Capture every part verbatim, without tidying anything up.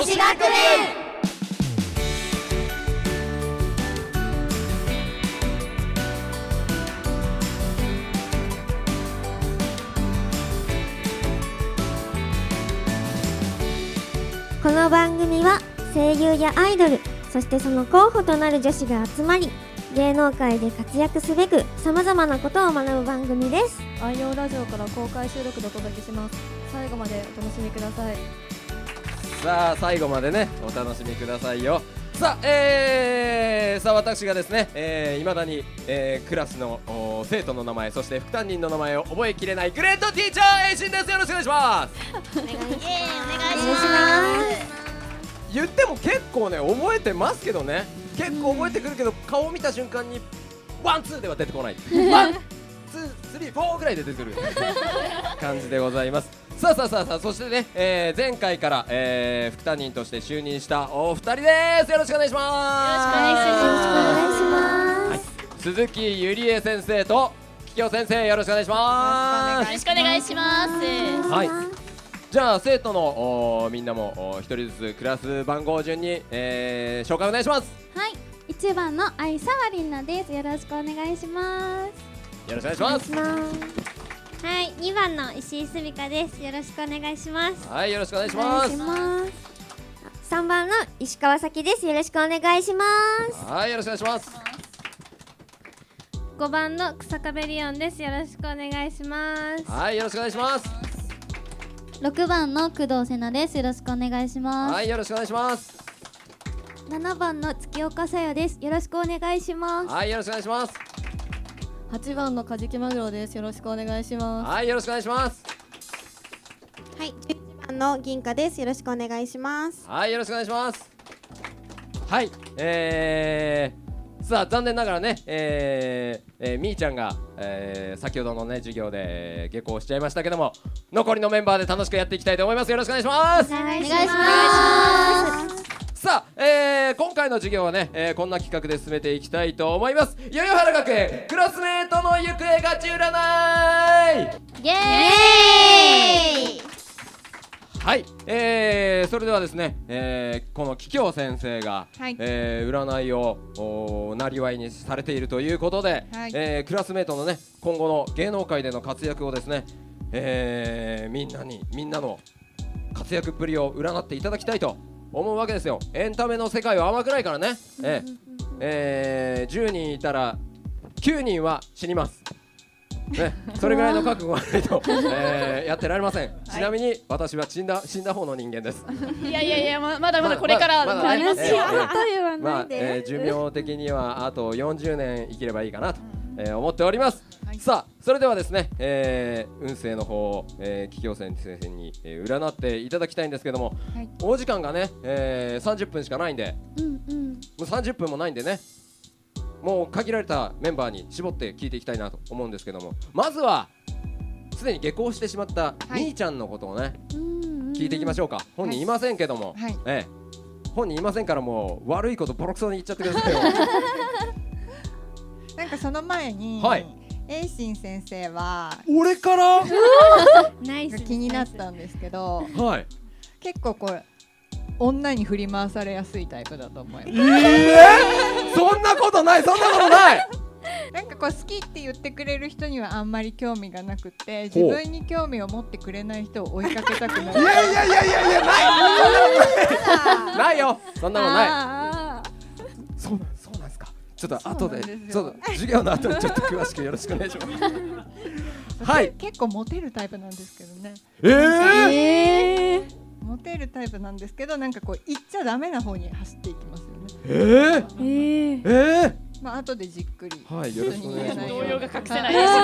女子学園。 この番組は声優やアイドル、そしてその候補となる女子が集まり、芸能界で活躍すべくさまざまなことを学ぶ番組です。 愛用ラジオから公開収録でお届けします。最後までお楽しみください。 さあ最後までねお楽しみくださいよ。さあ、えー、さあ私がですね、えー、未だに、えー、クラスの生徒の名前、そして副担任の名前を覚えきれないグレートティーチャー A シンです。よろしくお願いします。 お願いします。お願いします。 言っても結構ね覚えてますけどね、結構覚えてくるけど、顔を見た瞬間にワンツーでは出てこないワンツースリーフォーぐらいで出てくる感じでございます。さあさあさあさあ、そしてね、えー、前回から、えー、副担任として就任したお二人です。よろしくお願いします。 よろしくお願いします。 鈴木ゆりえ先生とききょ先生、よろしくお願いします。 よろしくお願いします。 はい、じゃあ生徒のみんなも一人ずつクラス番号順に、えー、紹介お願いします。 はい、いちばんの愛沢りんなです。よろしくお願いします。 よろしくお願いします。 はい、にばんの石井すみかです。よろしくお願いします。 はい、よろしくお願いします。 さんばんの石川咲です。よろしくお願いします。 はい、よろしくお願いします。 ごばんの草壁リオンです。よろしくお願いします。 はい、よろしくお願いします。 ろくばんの工藤瀬奈です。よろしくお願いします。 はい、よろしくお願いします。 ななばんの月岡さやです。よろしくお願いします。 はい、よろしくお願いします。 はちばんのカジキマグロです。よろしくお願いします。 はい、よろしくお願いします。 はい、じゅういちばんの銀貨です。よろしくお願いします。 はい、よろしくお願いします。はい、えー、さあ残念ながらね、えーえー、みーちゃんが、えー、先ほどのね授業で下校しちゃいましたけども、残りのメンバーで楽しくやっていきたいと思います。よろしくお願いします。 お願いします。 さあ、えー、今回の授業はね、えー、こんな企画で進めていきたいと思います。代々原学園クラスメートの行方ガチ占い。 イエーイ。 はい、えー、それではですね、えー、このききょう先生が、はい、えー、占いをなりわいにされているということで、はい、えー、クラスメートのね今後の芸能界での活躍をですね、えー、みんなにみんなの活躍っぷりを占っていただきたいと思うわけですよ。エンタメの世界は甘くないからね、えーえー、じゅうにんいたらきゅうにんは死にますね、それぐらいの覚悟がないと、えー、やってられません。ちなみに私は死んだ死んだ方の人間です。 いやいやいや、ま、まだまだこれからありますよ。 まあ、えー、寿命的にはあとよんじゅうねん生きればいいかなと、えー、思っております。はい、さあそれではですね、えー、運勢の方を、えー、ききょう先生に、えー、占っていただきたいんですけども、はい、お時間がね、えー、さんじゅっぷんしかないんで、うんうん、もうさんじゅっぷんもないんでね、もう限られたメンバーに絞って聞いていきたいなと思うんですけども、まずはすでに下校してしまったみーちゃんのことをね、はい、聞いていきましょうか。本人いませんけども、はい、ええ、本人いませんからもう悪いことボロクソに言っちゃってくださいよなんかその前に、はい、エイシン先生は俺から気になったんですけど、 はい、 結構これ女に振り回されやすいタイプだと思います。 えー、そんなことない、そんなことないなんかこう好きって言ってくれる人にはあんまり興味がなくて、自分に興味を持ってくれない人を追いかけたくない。いやいやいやいやいや、ないないよ、そんなのない。そうなんそうなんですか。ちょっと後でちょっと授業の後にちょっと詳しくよろしくお願いしますはい、 結構モテるタイプなんですけどね。 えー、えーモテるタイプなんですけど、なんかこう言っちゃダメな方に走っていきますよね。 えー、えー、えー、 まあ後でじっくり。 はい、よろしくお願いします。 動揺が隠せないです。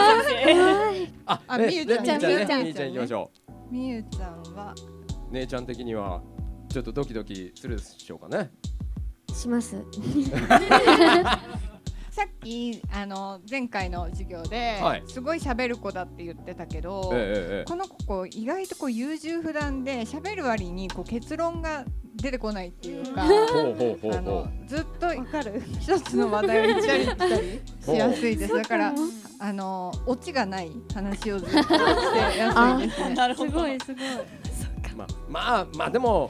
あ、あ、みゆちゃん、みゆちゃんね、みゆちゃん行きましょう。みゆちゃんは姉ちゃん的にはちょっとドキドキするでしょうかね。 しますさっきあの前回の授業で、はい、すごい喋る子だって言ってたけど、えええ、この子こう意外とこう優柔不断で喋る割にこう結論が出てこないっていうか、あのずっと一つの話題を行ったり来たりしやすいです。だからあのオチがない話をずっとしてやすいですね。 なるほど。 すごいすごい。 まあまあまあでも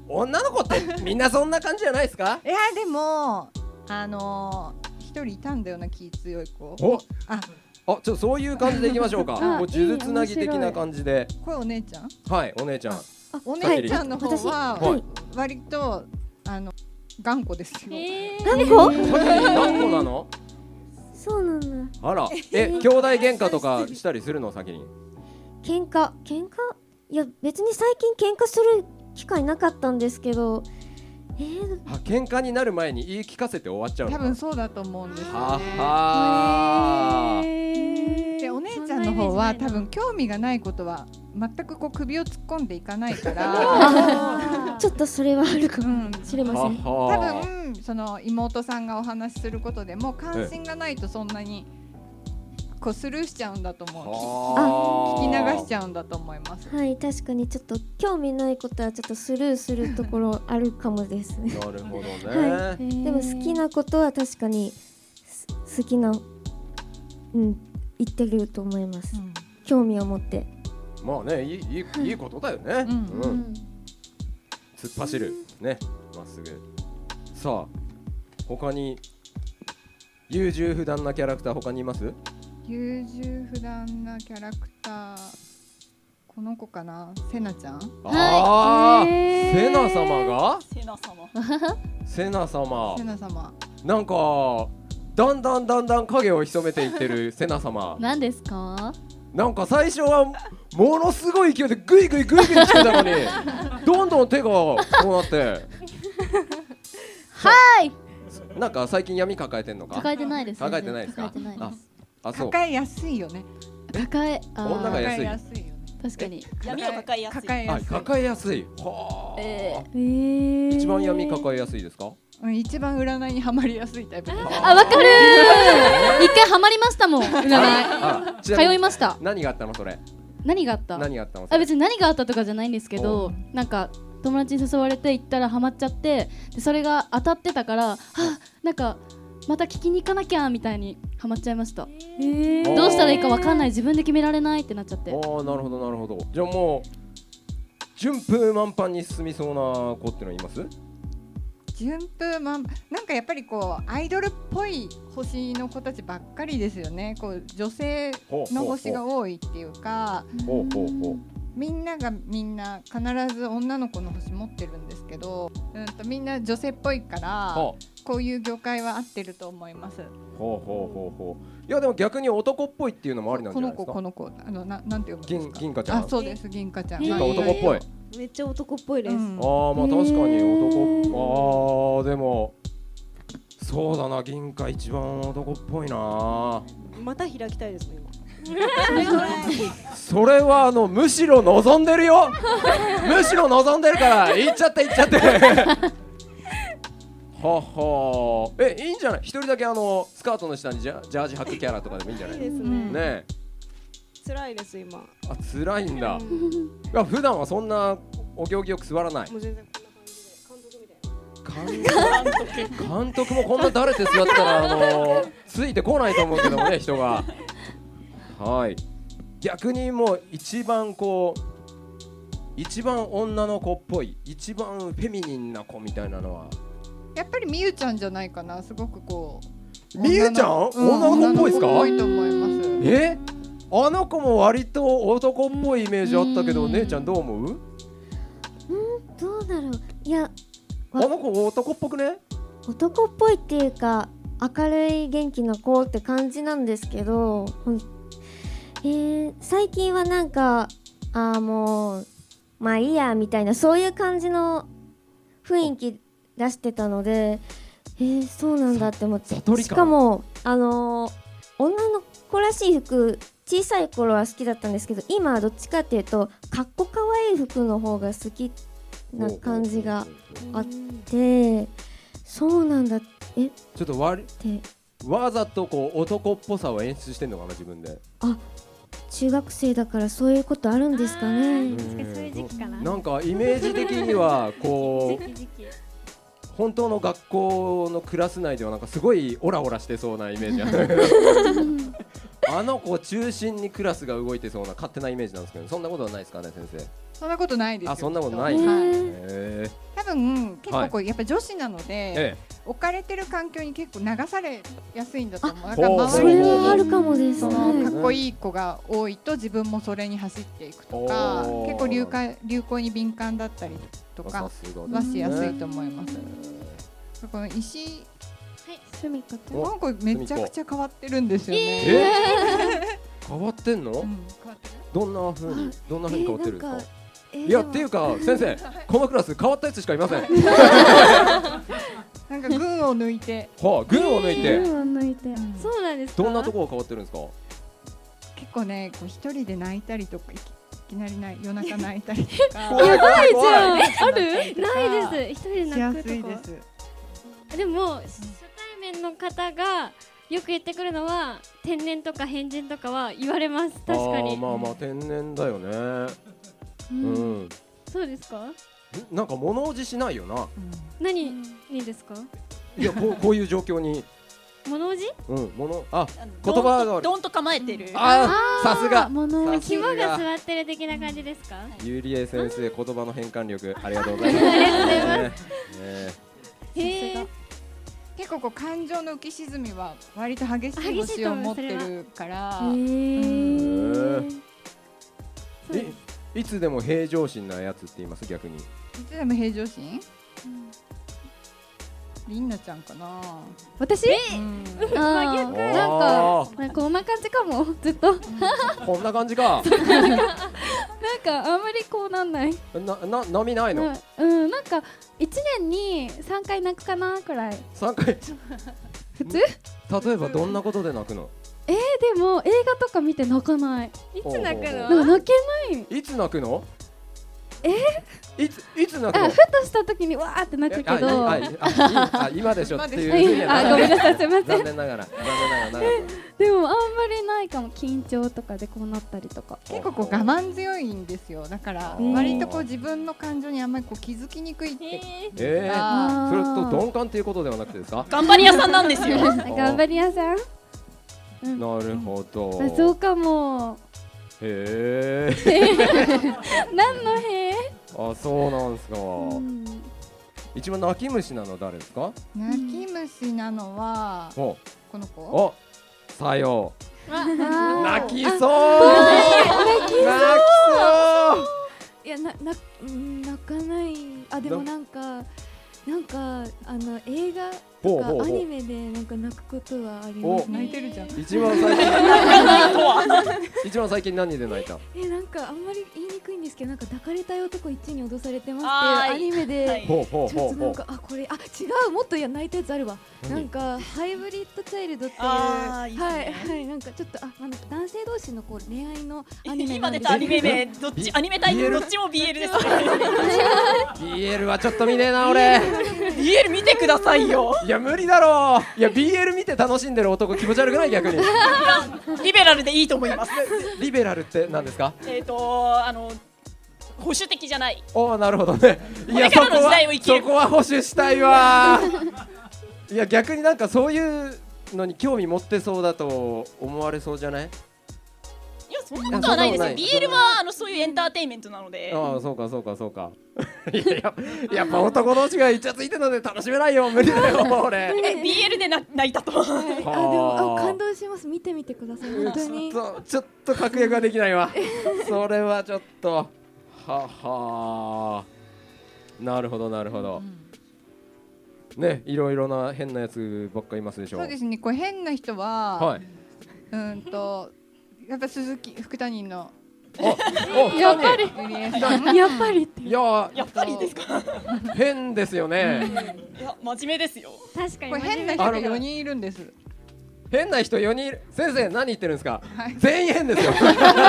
女の子ってみんなそんな感じじゃないですか？ いやでもあのー、一人いたんだよな、気強い子。 おああ、ちょっとそういう感じでいきましょうか。もう数珠つなぎ的な感じで。 これお姉ちゃん？ はい、お姉ちゃん。 お姉ちゃんの方は割とあの頑固ですよ。 頑固？ 頑固なの？ そうなんだ。 あら、え、兄弟喧嘩とかしたりするの先に？ 喧嘩、喧嘩？いや別に最近喧嘩する機会なかったんですけど。えー、 あ、喧嘩になる前に言い聞かせて終わっちゃうの？ 多分そうだと思うんですよね。 ははー。でお姉ちゃんの方は多分興味がないことは全くこう首を突っ込んでいかないからちょっとそれはあるかもしれません。 多分その妹さんがお話しすることでも関心がないとそんなにこうスルーしちゃうんだと思う。あ、聞き流しちゃうんだと思います。 はい、確かにちょっと興味ないことはちょっとスルーするところあるかもですね。 なるほどね、 はい、でも好きなことは確かに好きな、うん、言ってると思います、うん、興味を持って。 まあね、いい、いい、いいことだよね、うんうん、突っ走るね、まっすぐ。さあ他に優柔不断なキャラクター他にいます？ 優柔不断なキャラクター、この子かな、セナちゃん。 ああ、セナ様が？ セナ様。 セナ様。 セナ様。 なんかだんだんだんだん影を潜めていってるセナ様。 何ですか？ なんか最初はものすごい勢いでグイグイグイグイ来てたのにどんどん手がこうなってはい。 なんか最近闇抱えてんのか？ 抱えてないです。 抱えてないですか？ 抱えてないです。 あ、そう。抱えやすいよね。 抱え、 女が安い。 安いよね。 確かに。 闇を抱えやすい。 抱えやすい。 抱えやすい。はあ。 えー、 一番闇抱えやすいですか？ うん、一番占いにはまりやすいタイプ。 あ、わかるー。一回はまりましたもん。占い。通いました。 何があったのそれ？ 何があった？ 何があったの？ あ、別に何があったとかじゃないんですけど、なんか友達に誘われて行ったらハマっちゃって、でそれが当たってたから、はあ、なんかまた聞きに行かなきゃみたいにハマっちゃいました。えー、どうしたらいいかわかんない、自分で決められないってなっちゃって。 ああ、なるほどなるほど。じゃあもう順風満帆に進みそうな子ってのいます？ 順風満帆、なんかやっぱりこうアイドルっぽい星の子たちばっかりですよね。こう女性の星が多いっていうか、 ほうほうほう、 みんながみんな必ず女の子の星持ってるんですけど、うんとみんな女性っぽいからこういう業界は合ってると思います。 ほうほうほうほう。いやでも逆に男っぽいっていうのもありなんじゃないですか？ この子この子あのななんて読むんですか？ 銀華ちゃん。 あ、そうです、銀華ちゃん。 銀華男っぽい。 めっちゃ男っぽいです。うん、 ああ、まあ確かに男。ああ、でもそうだな、銀華一番男っぽいな。 また開きたいですね今。 それはあのむしろ望んでるよむしろ望んでるから言っちゃって言っちゃってはは。え、いいんじゃない？一人だけあのスカートの下にジャ、ジャージ履くキャラとかでもいいんじゃない？ いいですね。 ねえ、 辛いです今。 あ、辛いんだ。いや普段はそんなお行儀よく座らない？ もう全然こんな感じで監督みたいな。 監督監督もこんなだれて座ったらあのー、ついてこないと思うけどもね、人が。はい、逆にもう一番こう一番女の子っぽい、一番フェミニンな子みたいなのはやっぱりみゆちゃんじゃないかな。すごくこうみゆちゃん、うん、女の子っぽいですか？ 女の子っぽいと思います。 え、あの子も割と男っぽいイメージあったけど、姉ちゃんどう思う？うん、 どうだろう。いや、 あの子男っぽくね？ 男っぽいっていうか明るい元気な子って感じなんですけど、えー、最近はなんかあもうまあいいやみたいな、そういう感じの雰囲気出してたので、えー、そうなんだって思って。しかもあのー、女の子らしい服小さい頃は好きだったんですけど、今はどっちかっていうとかっこかわいい服の方が好きな感じがあって、そうなんだ。え、 ちょっと悪いわざとこう男っぽさを演出してんのかな、自分で。 あ、中学生だからそういうことあるんですかね。 そういう時期かな。 なんかイメージ的にはこう本当の学校のクラス内ではなんかすごいオラオラしてそうなイメージあるあの子中心にクラスが動いてそうな勝手なイメージなんですけど、そんなことはないですかね、先生？ そんなことないですよ。 あ、そんなことない。 はい、 へ多分結構こうやっぱ女子なので、 ええ、 置かれてる環境に結構流されやすいんだと思う。だから周りにあるかもです。 そのかっこいい子が多いと自分もそれに走っていくとか、結構流行流行に敏感だったりとかはしやすいと思います。この石井すみかちゃん、 なんかめちゃくちゃ変わってるんですよね。 えー、変わってんの？うん、変わってる。どんな風にどんな風に変わってるんですか？えー、いやっていうか先生、このクラス変わったやつしかいません。 なんか群を抜いて、 はあ、群を抜いて、 群を抜いて、そうなんですか。 どんなところが変わってるんですか？ 結構ね、こう一人で泣いたりとか、いきなりない夜中泣いたりとか。 怖い怖い怖い。ある？ないです。一人で泣くとか。でも初対面の方がよく言ってくるのは天然とか変人とかは言われます。確かに。 あまあまあ天然だよね。うん。うん、 そうですか？ なんか物おじしないよな。うん、 何にですか？ いやこうこういう状況に。 物おじ？ うん、物あ言葉がドンと構えてる。 あさすが。 肝が座ってる的な感じですか？ ゆりえ先生言葉の変換力ありがとうございます。ありがとうございます。 へえ。結構こう感情の浮き沈みは割と激しい星を持ってるから。 いつでも平常心なやつって言います逆に。いつでも平常心？りんなちゃんかな。 私？なんかなんかこんな感じかもずっと。 こんな感じか。 なんかあんまりこうなんない。 なな波ないの？ うんなんか一年に三回泣くかなくらい。 三回？ 普通？ 例えばどんなことで泣くの？ えー、でも映画とか見て泣かない。 いつ泣くの？ なんか泣けない。 いつ泣くの？ えー、いついつ泣くの？ あふとした時にわーって泣くけど。 ああ今でしょっていう。 あごめんなさいすみません。 残念ながら残念ながら。 でもあんまりないかも。緊張とかでこうなったりとか。 結構こう我慢強いんですよ。だから割とこう自分の感情にあんまりこう気づきにくいって。 ええ。それと鈍感っていうことではなくてですか？ 頑張り屋さんなんですよ。 頑張り屋さん。 なるほど。 あそうかも。 へえ。 何のへ？ あそうなんですか。一番泣き虫なの誰ですか？ 泣き虫なのはこの子。 おさよう。泣きそう。泣きそう。 いやなな泣かない。あでもなんかなんかあの映画とかアニメでなんか泣くことはあります。 泣いてるじゃん。 一番最近一番最近何で泣いた？ えなんかあんまり言いにくいんですけどなんか抱かれたい男一に脅されてますっていうアニメでちょっとなんかあこれあ違うもっといや泣いたやつあるわ。なんかハイブリッドチャイルドっていうはいはいなんかちょっとああの男性同士のこう恋愛のアニメ今出たアニメ名どっちアニメタイトルどっちも ビーエル です。 ビーエル はちょっと見ねえな俺。 ビーエル 見てくださいよ。 いや無理だろう。いや ビーエル 見て楽しんでる男気持ち悪くない逆に。 リベラルでいいと思います。 リベラルって何ですか？ えっとあの保守的じゃない。 おおなるほどね。 いやそこはそこは保守したいわ。いや逆になんかそういうのに興味持ってそうだと思われそうじゃない？ いやそんなことはないですよ。ビーエル はあのそういうエンターテインメントなので。 ああそうかそうかそうか。いやややっぱ男同士がイチャついてるので楽しめないよ。無理だよ俺。 え ビーエル でな泣いたと。はい、 あでもあ感動します。見てみてください本当に。 ちょっとちょっと確約ができないわ。それはちょっとははなるほどなるほど。うん、ねいろいろな変なやつばっかいますでしょ。 そうですね。これ変な人は、はい、うんとやっぱ鈴木福谷の。 やっぱりやっぱりっていややっぱりですか。 変ですよね。 いや真面目ですよ。 確かにこれ変な人がよにんいるんです。 変な人よにんいる。先生何言ってるんですか？全員変ですよ。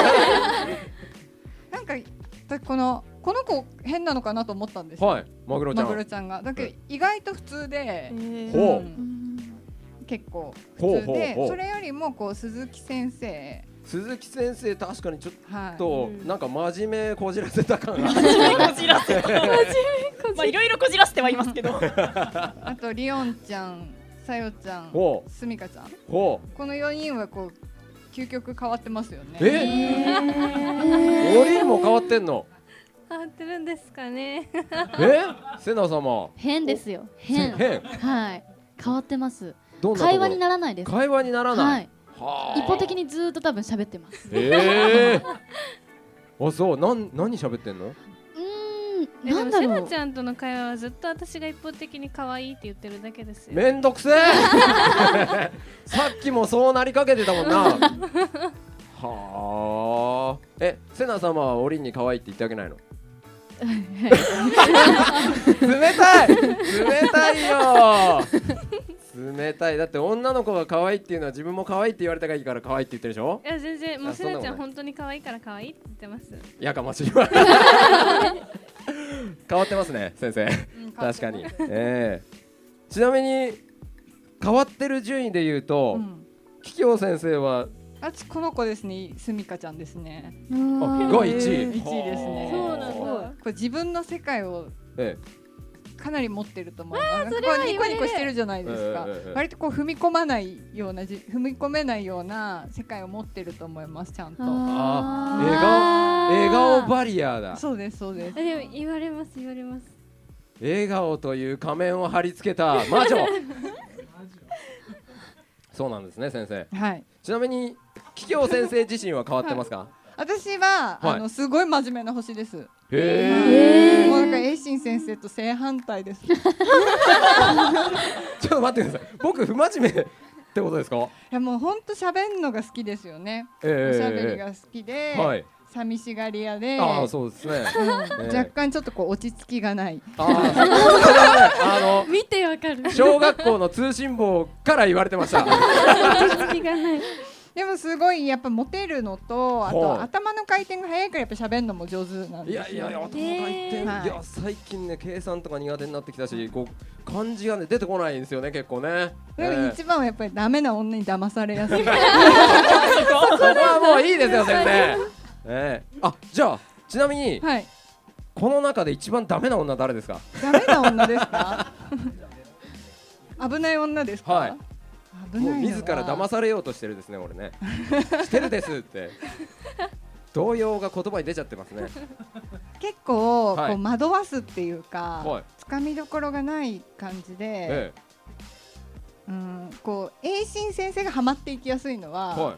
なんかこのこの子変なのかなと思ったんですよ。 はいマグロちゃん。 マグロちゃんがだけど意外と普通で。 ほう結構普通でそれよりもこう鈴木先生。 鈴木先生確かにちょっと、はい、なんか真面目こじらせた感が真面目こじらせたまあいろいろこじらせてはいますけどあとリオンちゃん、さよちゃん、すみかちゃんこのよにんはこう究極変わってますよね。 えー、よにんも変わってんの？ 変わってるんですかね。 え、セナ様。 変ですよ。変。 変。 はい。変わってます。 どんな会話にならないです。 会話にならない。 はい。一方的にずっと多分喋ってます。 ええ。あ、そう、なん、何喋ってんの？ うーん、なんだろう。 セナちゃんとの会話はずっと私が一方的に可愛いって言ってるだけですよ。 めんどくせえ。さっきもそうなりかけてたもんな。はあ。え、セナ様はオリンに可愛いって言ってあげないの？冷たい。冷たいよ。冷たい。だって女の子が可愛いっていうのは自分も可愛いって言われたがいいから可愛いって言ってるでしょ。 いや全然もうセナちゃん本当に可愛いから可愛いって言ってます。 やかましいわ。変わってますね先生、うん、確かに、えー、ちなみに変わってる順位で言うと、うん、キキョウ先生はあちこの子ですね、すみかちゃんですね。 あがいちい。 いちいですね。 そうなんだ。 これ自分の世界を、ええ、かなり持ってると思います。 それはニコニコしてるじゃないですか。えー、割とこう踏み込まないようなじ踏み込めないような世界を持ってると思いますちゃんと。 ああ、笑顔笑顔バリアだ。 そうですそうです。 でも言われます言われます。 笑顔という仮面を貼り付けた魔女。そうなんですね先生。 はい。 ちなみにキキョウ先生自身は変わってますか？はい、 私は、はい、あのすごい真面目な星です。 へえ。もうなんか栄心先生と正反対です。ちょっと待ってください。僕不真面目ってことですか？いやもう本当喋るのが好きですよね。えー、おしゃべりが好きで、はい、寂しがり屋で、 ああそうですね。うんえー、若干ちょっとこう落ち着きがない。 ああ、あの見てわかる。 小学校の通信簿から言われてました。 落ち着きがない。 でもすごいやっぱモテるのと、あと頭の回転が速いからやっぱ喋るのも上手なんですよ。 いやいや頭の回転、えー、いや最近ね計算とか苦手になってきたし、こう漢字がね出てこないんですよね結構ね。 でも一番はやっぱりダメな女に騙されやすい。そこはもういいですよ先生。えー、あじゃあちなみに、はい、この中で一番ダメな女誰ですか？ ダメな女ですか？危ない女ですか？はい。 もう自ら騙されようとしてるですね俺ね。してるですって動揺が言葉に出ちゃってますね。 結構、はい、こう惑わすっていうか、はい、つかみどころがない感じで、ええ、うんこう栄心先生がハマっていきやすいのは、はい、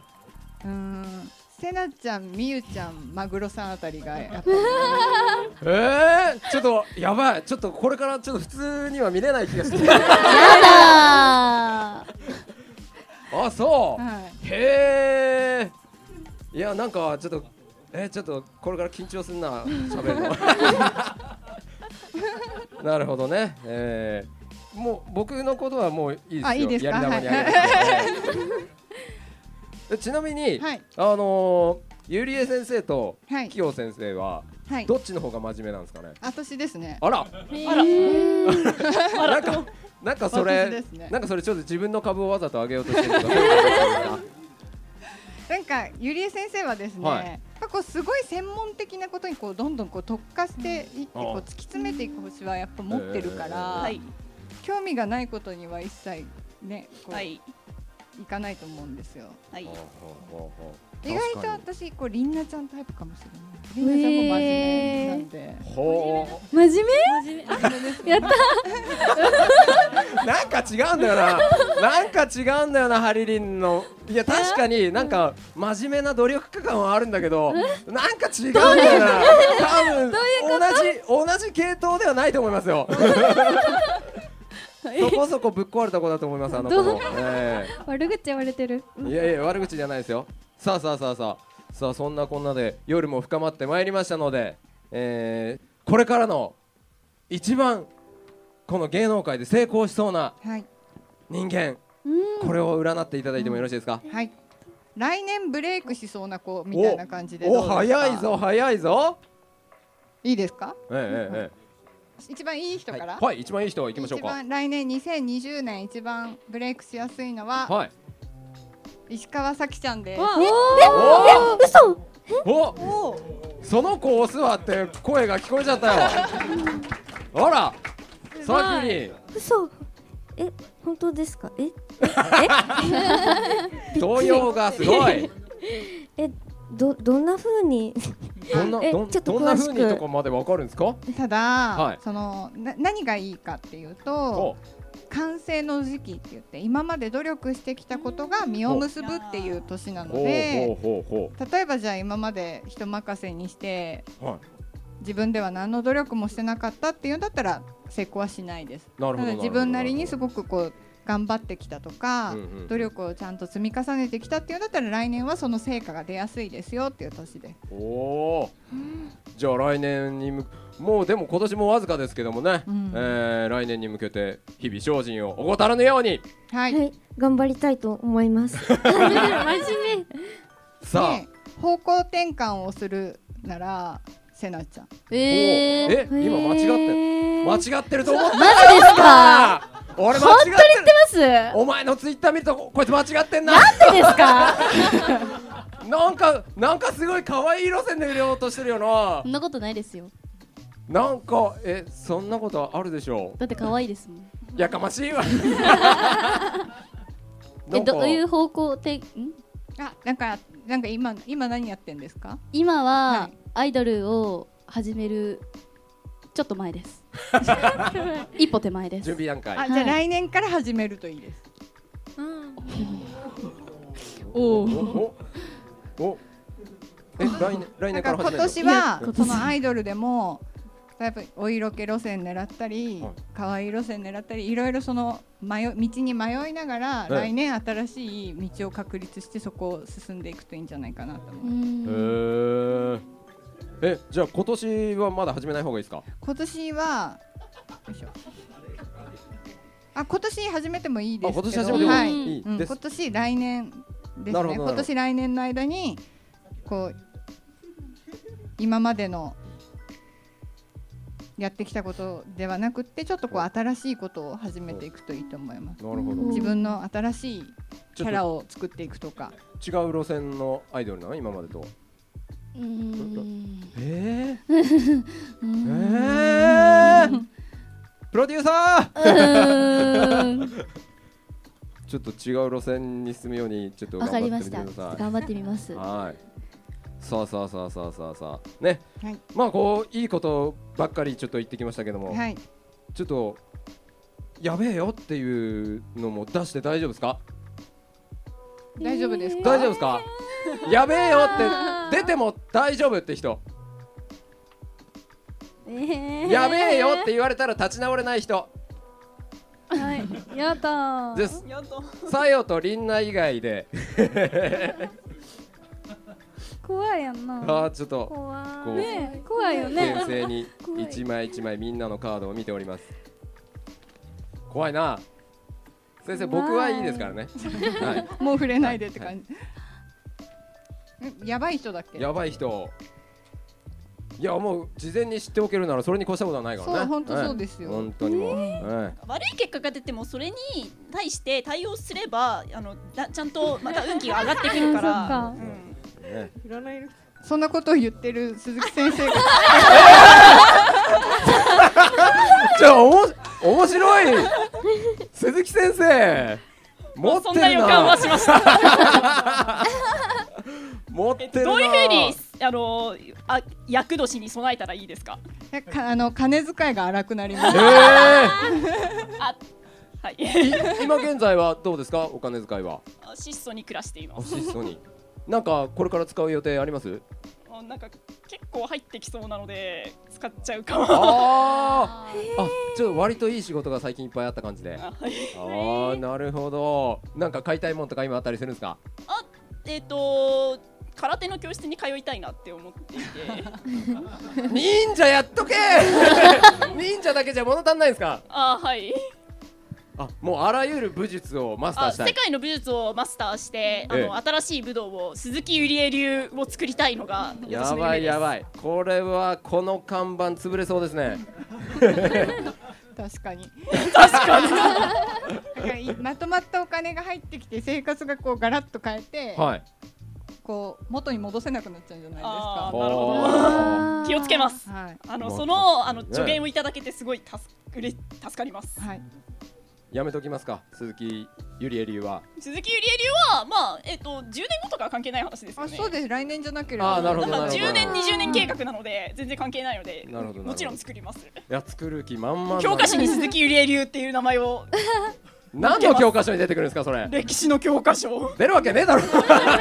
うんせなちゃん、みゆちゃん、まぐろさんあたりがやっぱりえー、ちょっとやばい、ちょっとこれからちょっと普通には見れない気がしてやだあ、そう、はい、へえ。いやなんかちょっとえー、ちょっとこれから緊張すんな喋るのなるほどね、えー、もう僕のことはもういいですよ。 あ、いいですか？ やり玉にあげます、はい、ちなみに、はい、あのー、ゆりえ先生ときよ先生は、はい、どっちの方が真面目なんですかね？ 私ですね。 あらあらなんかなんかそれ、ね、なんかそれちょっと自分の株をわざと上げようとしてるとかなんかゆりえ先生はですね、はい、こうすごい専門的なことにこうどんどんこう特化していってこう突き詰めていく星はやっぱ持ってるから、えー、興味がないことには一切ねこう、はい、いかないと思うんですよ。はい、意外と私こうりんなちゃんタイプかもしれない。りんなちゃんも真面目なんで。 ほー。真面目？真面目。やった。 なんか違うんだよな。なんか違うんだよなハリリンの。いや確かになんか真面目な努力家感はあるんだけど、なんか違うんだよな。多分同じ同じ系統ではないと思いますよ。そこそこぶっ壊れた子だと思いますあの子も。えー、 悪口言われてる。 いやいや悪口じゃないですよ。さあさあさあさあさあそんなこんなで夜も深まってまいりましたので、えー、これからの一番この芸能界で成功しそうな人間、はい、これを占っていただいてもよろしいですか？ はい。来年ブレイクしそうな子みたいな感じでどうですか？ お、早いぞ早いぞ。 いいですか？ ええええ。 一番いい人から、 はい、はい、一番いい人いきましょうか。 一番来年にせんにじゅうねん一番ブレイクしやすいのは、はい、石川咲ちゃんです。 え、え、嘘？ お、その子押すわって声が聞こえちゃったよ。あら、先に。 嘘。え、本当ですか？え？ え？動揺がすごい。 え、どどんな風にどんなどんどんな風にとかまでわかるんですか？ ただ、 はい、 そのな何がいいかっていうと。完成の時期って言って今まで努力してきたことが実を結ぶっていう年なので、例えばじゃあ今まで人任せにして、はい、自分では何の努力もしてなかったっていうんだったら成功はしないです。ただ自分なりにすごくこう頑張ってきたとか、うんうん、努力をちゃんと積み重ねてきたっていうんだったら来年はその成果が出やすいですよっていう年で。 おー、うん、じゃあ来年にむもうでも今年もわずかですけどもね、うん、えー、来年に向けて日々精進を怠らぬように、 はい、はい、頑張りたいと思います。真面目。 さあ、ね、方向転換をするならせなちゃん。 えー、え今間違ってる間違ってると思った。 マジですか？ 俺間違ってる。 本当に言ってます？ お前のツイッター見るとこいつ間違ってんな。 なんでですか？ なんかなんかすごい可愛い路線で入れようとしてるよな。 そんなことないですよ。 なんかえそんなことあるでしょう。 だって可愛いですもん。 やかましいわ。 えどういう方向でん？ あなんかなんか今今何やってんですか？ 今は、はい、アイドルを始めるちょっと前です。一歩手前です。 準備段階。 あ、じゃあ来年から始めるといいです。うん、 おおおえ来年来年から始める。 今年はそのアイドルでもやっぱりお色気路線狙ったり、可愛い路線狙ったり、いろいろその迷道に迷いながら、来年新しい道を確立してそこを進んでいくといいんじゃないかなと思う。へえ。え、じゃあ今年はまだ始めない方がいいですか？ 今年はよいしょ。あ、今年始めてもいいですけど、 今年始めてもいいです。 今年来年ですね。今年来年の間にこう今までのやってきたことではなくってちょっとこう新しいことを始めていくといいと思います。 なるほど。 自分の新しいキャラを作っていくとか。 違う路線のアイドルなの今までと。うーんえー、えー、プロデューサーちょっと違う路線に進むようにちょっと頑張ってみてください。わかりました。 頑張ってみます。 はい。さあさあさあさあさあさあね、はい、まあこういいことばっかりちょっと言ってきましたけども、はい、ちょっとやべえよっていうのも出して大丈夫ですか？ 大丈夫ですか？ 大丈夫ですか？やべえよって出ても大丈夫って人、えー、やべえよって言われたら立ち直れない人、 はい、やだです。さよとりんな以外で怖いやんな。 あーちょっと怖い、ね、怖いよね。 厳正に一枚一枚みんなのカードを見ております。怖いな先生。僕はいいですからね、 はい、もう触れないでって感じ、はい、やばい人だっけ？ やばい人、いやもう事前に知っておけるならそれに越したことはないからね。 そう本当そうですよ、 はい、本当にもう、 えーはい、悪い結果が出てもそれに対して対応すればあのだちゃんとまた運気が上がってくるから。 ね、そんなことを言ってる鈴木先生がじゃあおも面白い鈴木先生持ってるな。そんな予感はしました持ってるな。 どういうふうにあのあ厄年に備えたらいいですか？ かあの金遣いが荒くなります、 えーあはい、 今現在はどうですか？お金遣いは質素に暮らしています。 質素になんかこれから使う予定あります？ なんか結構入ってきそうなので使っちゃうかも。 ああ、ちょっと割といい仕事が最近いっぱいあった感じで。あ、はい、あ、なるほど。なんか買いたいもんとか今あったりするんですか？ あ、えっと空手の教室に通いたいなって思っていて。 忍者やっとけ。忍者だけじゃ物足んないんですか？ あ、はい。 あ、もうあらゆる武術をマスターしたい。 世界の武術をマスターしてあの、ええ、新しい武道を鈴木ゆりえ流を作りたいのが私の夢です。 やばいやばい。これはこの看板潰れそうですね。 確かに確かになんかまとまったお金が入ってきて生活がこうガラッと変えて、はい、こう元に戻せなくなっちゃうんじゃないですか。 なるほど。気をつけます。はい、あのそのあの助言をいただけてすごい助助かります。はい。 やめときますか、鈴木ゆりえ流は。 鈴木ゆりえ流はまあえっとじゅうねんごとかは関係ない話ですよね。 あ、そうです。来年じゃなければ。 あ、なるほどなるほど。 じゅうねんにじゅうねん計画なので全然関係ないので、なるほどもちろん作ります。いや、作る気満々。 教科書に鈴木ゆりえ流っていう名前を何の教科書に出てくるんですかそれ。 歴史の教科書。 出るわけねえだろ。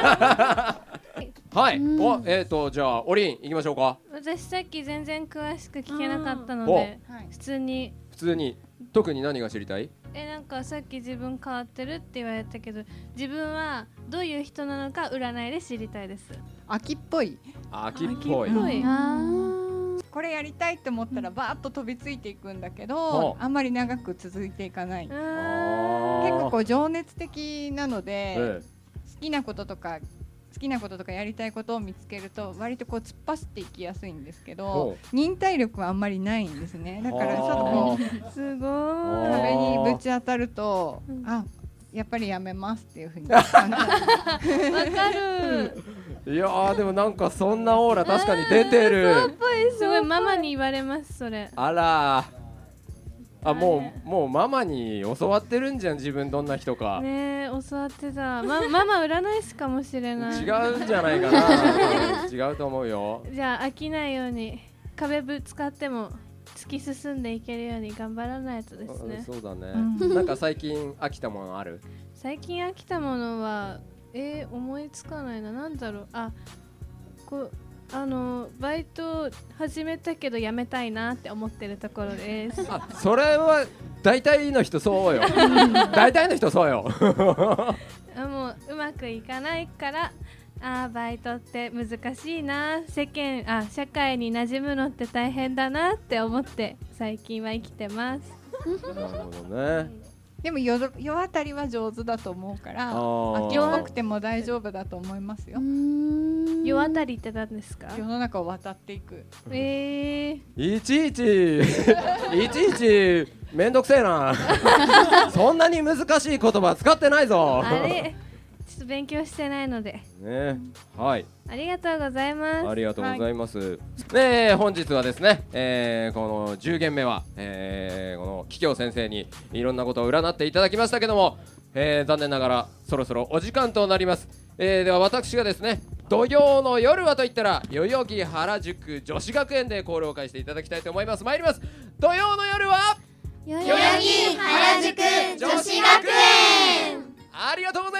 はい、お、えっとじゃあおりん行きましょうか。 私さっき全然詳しく聞けなかったので、普通に普通に特に何が知りたい？ え、なんかさっき自分変わってるって言われたけど、自分はどういう人なのか占いで知りたいです。 秋っぽい。 秋っぽい。 これやりたいと思ったらバーッと飛びついていくんだけど、あんまり長く続いていかない。結構こう情熱的なので、好きなこととか好きなこととかやりたいことを見つけると割とこう突っ走っていきやすいんですけど、忍耐力はあんまりないんですね。だからちょっとこうすごい壁にぶち当たると、あ、やっぱりやめますっていうふうに感じ。わかる。 いやーでもなんかそんなオーラ確かに出てる。 そうっぽい。すごいママに言われますそれ。 あらー。あ、もうもうママに教わってるんじゃん、自分どんな人か。 ねえ、教わってた。ま、ママ占い師かもしれない。 違うんじゃないかな。違うと思うよ。 じゃあ飽きないように壁ぶつかっても突き進んでいけるように頑張らないとですね。 そうだね。なんか最近飽きたものある？ 最近飽きたものはえー、思いつかないな。なんだろう。あ、こう。あのバイト始めたけど辞めたいなって思ってるところです。 あ、それは大体の人そうよ。大体の人そうよ。 もううまくいかないからあーバイトって難しいな、世間あ社会に馴染むのって大変だなって思って最近は生きてます。 なるほどね。 でも世世渡りは上手だと思うから秋っぽくても大丈夫だと思いますよ。 世渡りって何ですか？ 世の中を渡っていく。 えー、いちいちいちいちめんどくせえな。そんなに難しい言葉使ってないぞ。 あれちょっと勉強してないのでね。はい、 ありがとうございます。 ありがとうございます、はい、ね。本日はですね、えー、このじゅう限目は、えー、この桔梗先生にいろんなことを占っていただきましたけども、えー、残念ながらそろそろお時間となります。えー、では私がですね、土曜の夜はといったら代々木原宿女子学園でコールを返していただきたいと思います。参ります。土曜の夜は代々木原宿女子学園。 ありがとうございます。